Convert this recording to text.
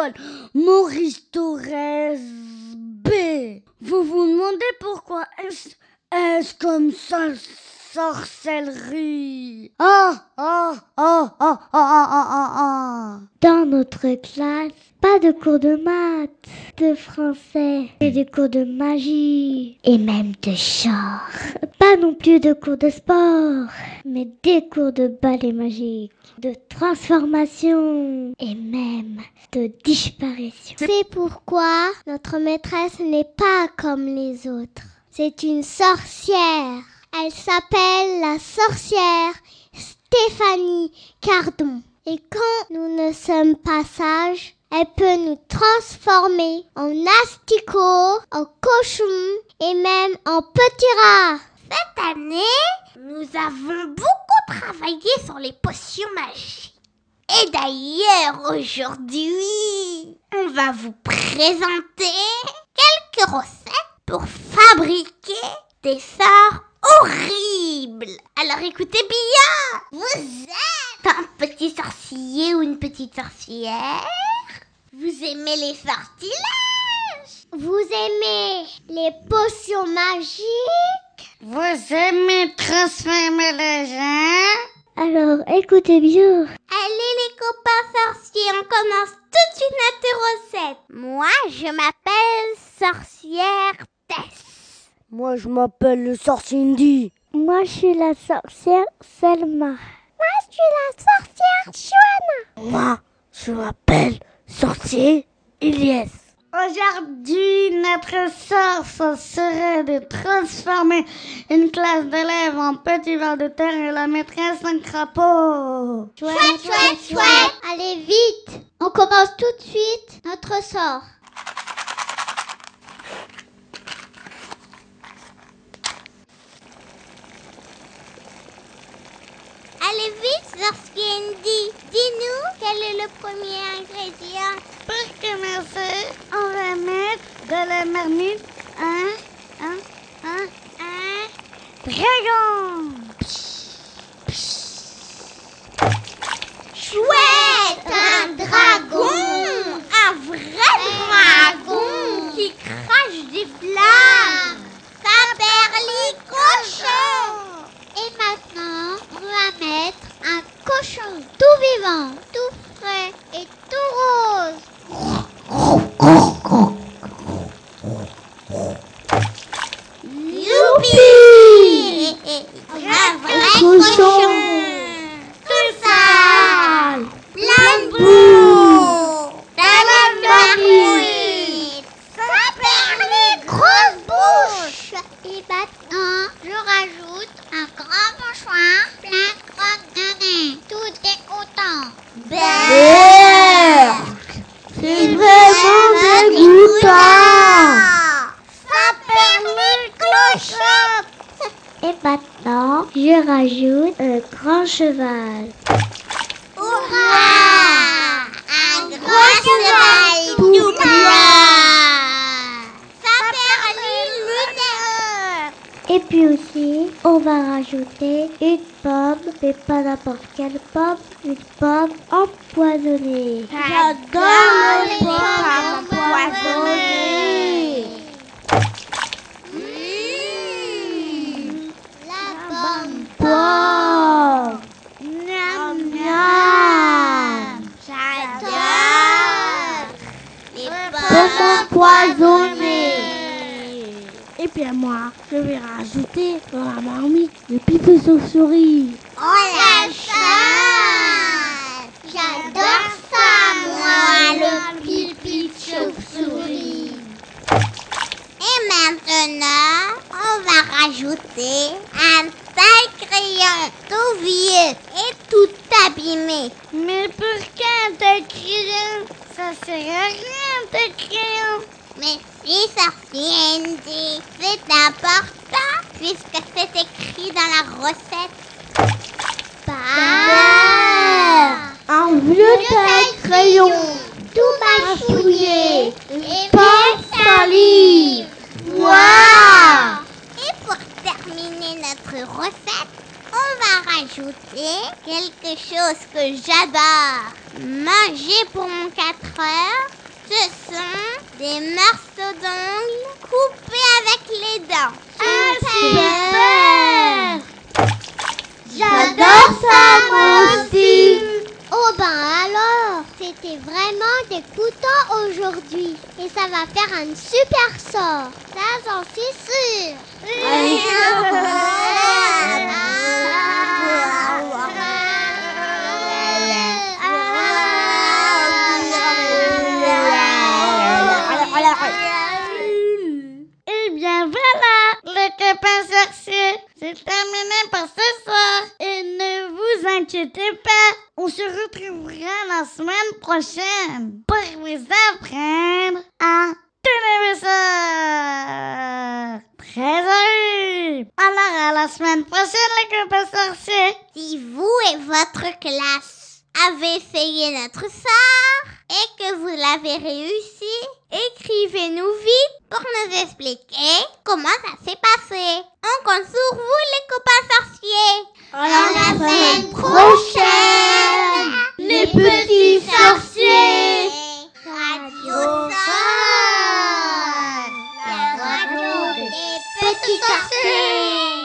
l'école Maurice Thorez B. Vous vous demandez pourquoi est-ce comme ça, sorcellerie? Dans notre classe, pas de cours de maths, de français, et des cours de magie, et même de chant. Pas non plus de cours de sport, mais des cours de ballet magique, de transformation, et même de disparition. C'est pourquoi notre maîtresse n'est pas comme les autres. C'est une sorcière. Elle s'appelle la sorcière Stéphanie Cardon. Et quand nous ne sommes pas sages, elle peut nous transformer en asticots, en cochons et même en petits rats. Cette année, nous avons beaucoup travaillé sur les potions magiques. Et d'ailleurs, aujourd'hui, on va vous présenter quelques recettes pour fabriquer des sorts horribles. Alors écoutez bien, vous êtes un petit sorcier ou une petite sorcière? Vous aimez les sortilèges? Vous aimez les potions magiques? Vous aimez transformer les gens? Alors écoutez bien. Allez les copains sorciers, on commence tout de suite notre recette. Moi, je m'appelle sorcière Tess. Moi, je m'appelle le sorcier Indy. Moi, je suis la sorcière Selma. Moi, je suis la sorcière Joanna. Moi, je m'appelle sorcier Ilyes. Aujourd'hui, notre sort, ce serait de transformer une classe d'élèves en petits vers de terre et la maîtresse en crapaud. Chouette. Allez vite. On commence tout de suite notre sort. Allez vite, sorcier Indy. Dis-nous quel est le premier ingrédient. Pour commencer, on va mettre de la marmite, un dragon. Chouette, un dragon, un vrai dragon qui crache des flammes. Ça perd les cochons. Et maintenant, on va mettre un cochon tout vivant, tout frais et tout rose. Youpi! Un vrai cochon. Tout sale, plein de boue, dans la marmite. Ça perd les grosses bouches. Et maintenant, je rajoute un grand mouchoir plein de croque-grenades. Tout est content. C'est vraiment dégoûtant. Ça perd les clochettes. Et maintenant, je rajoute un grand cheval. Hurrah! Un gros cheval tout blanc. Ça perd les lunettes. Et puis aussi, on va rajouter une pomme, mais pas n'importe quelle pomme, une pomme empoisonnée. J'adore les pommes empoisonnées. La pomme. Pomme. Miam miam. J'adore les pommes Empoisonné. Et bien moi, je vais rajouter dans la marmite le pipi chauve-souris. Oh la chance! J'adore ça, moi, le pipi de chauve-souris. Et maintenant, on va rajouter un taille-crayon tout vieux et tout abîmé. Mais pourquoi un crayon? Ça sert à rien, un crayon. Mais si, sorcier Andy, c'est important puisque c'est écrit dans la recette. Un vieux taille-crayon. tout mâchouillé et Pas salive. Waouh! Et pour terminer notre recette, on va rajouter savez, quelque chose que j'adore manger pour mon 4 heures, ce sont des morceaux d'ongles coupés avec les dents. Super! J'adore ça, moi aussi. Oh ben alors, c'était vraiment dégoûtant aujourd'hui. Et ça va faire un super sort. Ça, j'en suis sûre. Eh bien voilà, le copain sorcier, c'est terminé pour ce soir. Et ne vous inquiétez pas, on se retrouvera la semaine prochaine pour vous apprendre à téléviseur. Très heureux. Alors à la semaine prochaine, le copain sorcier. Si vous et votre classe avez essayé notre sort et que vous l'avez réussi, écrivez-nous vite pour nous expliquer comment ça s'est passé. On compte sur vous, les copains sorciers. À la semaine prochaine, les petits sorciers. Radio Sort, la radio des petits sorciers.